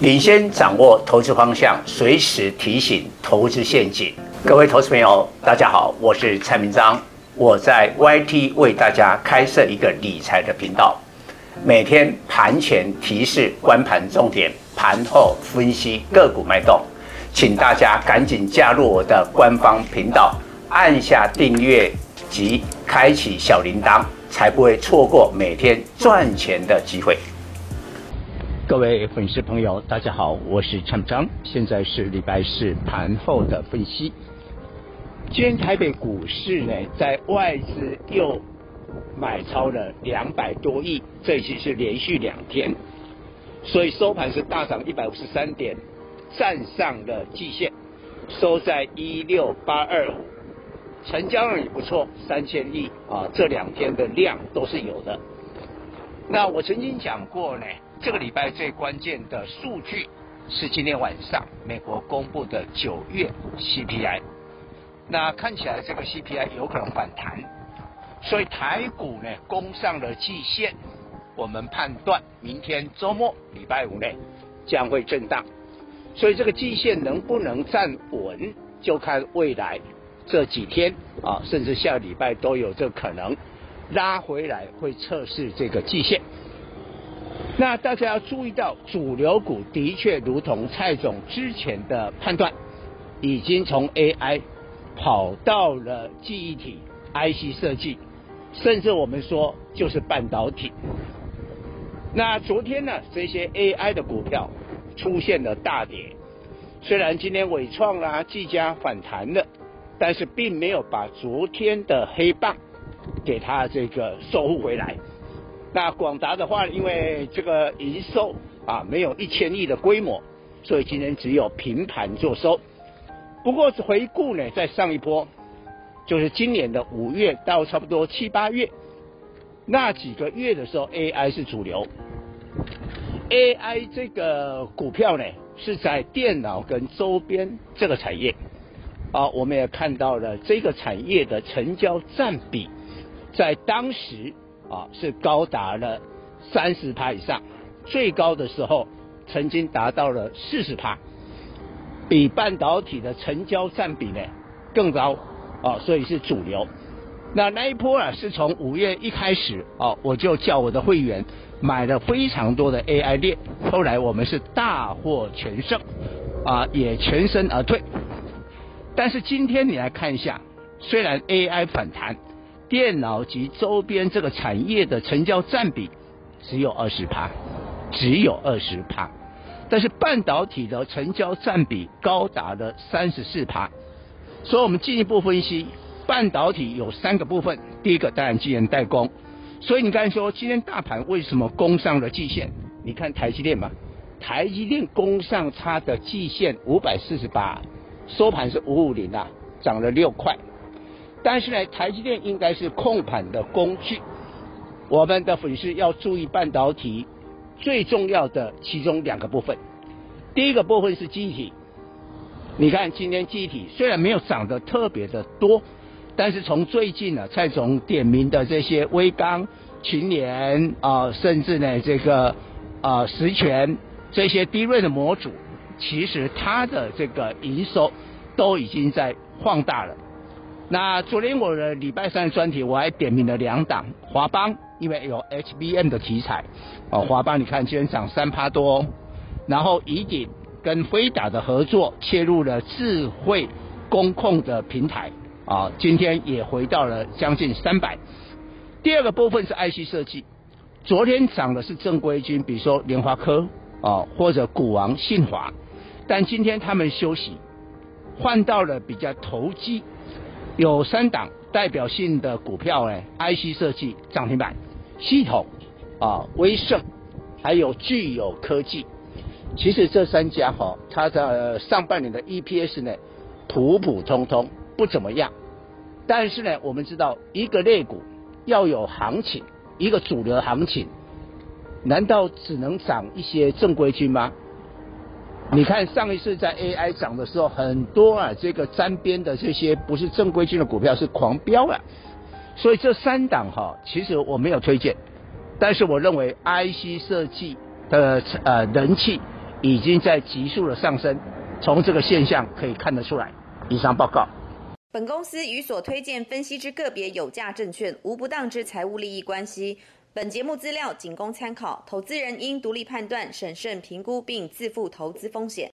领先掌握投资方向，随时提醒投资陷阱。各位投资朋友，大家好，我是蔡明彰，我在 YT 为大家开设一个理财的频道，每天盘前提示观盘重点，盘后分析个股脉动，请大家赶紧加入我的官方频道，按下订阅及开启小铃铛，才不会错过每天赚钱的机会。各位粉丝朋友，大家好，我是蔡明彰，现在是礼拜四盘后的分析。今天台北股市呢，在外资又买超了200多亿，这已经是连续2天，所以收盘是大涨153点，站上了季线，收在16825，成交量也不错，3000亿啊，这2天的量都是有的。那我曾经讲过呢，这个礼拜最关键的数据是今天晚上美国公布的9月 CPI， 那看起来这个 CPI 有可能反弹，所以台股呢攻上了季线，我们判断明天周末礼拜五呢将会震荡，所以这个季线能不能站稳，就看未来这几天啊，甚至下礼拜都有这可能拉回来，会测试这个季线。那大家要注意到，主流股的确如同蔡总之前的判断，已经从 AI 跑到了记忆体、IC 设计，甚至我们说就是半导体。那昨天呢，这些 AI 的股票出现了大跌，虽然今天伟创啦、技嘉反弹了，但是并没有把昨天的黑棒给它这个收复回来。那广达的话，因为这个营收啊没有1000亿的规模，所以今天只有平盘做收。不过回顾呢，在上一波就是今年的5月到差不多7、8月那几个月的时候 ，AI 是主流。AI 这个股票呢是在电脑跟周边这个产业啊，我们也看到了这个产业的成交占比，在当时啊是高达了30%以上，最高的时候曾经达到了40%，比半导体的成交占比呢更高啊，所以是主流。那一波啊是从5月一开始啊，我就叫我的会员买了非常多的 AI 链，后来我们是大获全胜啊，也全身而退。但是今天你来看一下，虽然 AI 反弹，电脑及周边这个产业的成交占比只有20%，但是半导体的成交占比高达了34%。所以我们进一步分析，半导体有3个部分，第一个当然晶圆代工。所以你刚才说今天大盘为什么攻上了季线？你看台积电嘛，台积电攻上它的季线548，收盘是550啊，涨了6块。但是呢，台积电应该是控盘的工具。我们的粉丝要注意半导体最重要的其中2个部分。第一个部分是记忆体，你看今天记忆体虽然没有涨得特别的多，但是从最近呢，蔡总点名的这些威刚、群联啊，甚至呢这个实权这些低润的模组，其实它的这个营收都已经在放大了。那昨天我的礼拜三的专题，我还点名了2档，华邦因为有 HBM 的题材，华邦你看今天涨3%多哦，然后宜鼎跟飞达的合作切入了智慧工控的平台啊，今天也回到了将近300。第二个部分是 IC 设计，昨天涨的是正规军，比如说联华科啊，或者股王信华，但今天他们休息，换到了比较投机。有3档代表性的股票呢 ，IC 设计涨停板，系统啊，威盛，还有具有科技。其实这3家它的上半年的 EPS 呢，普普通通，不怎么样。但是呢，我们知道一个类股要有行情，一个主流行情，难道只能涨一些正规军吗？你看上一次在 AI 涨的时候，很多这个沾边的这些不是正规军的股票是狂飙啊，所以这3档其实我没有推荐，但是我认为 IC 设计的人气已经在急速的上升，从这个现象可以看得出来。以上报告。 本公司与所推荐分析之个别有价证券无不当之财务利益关系。本节目资料仅供参考，投资人应独立判断、审慎评估并自负投资风险。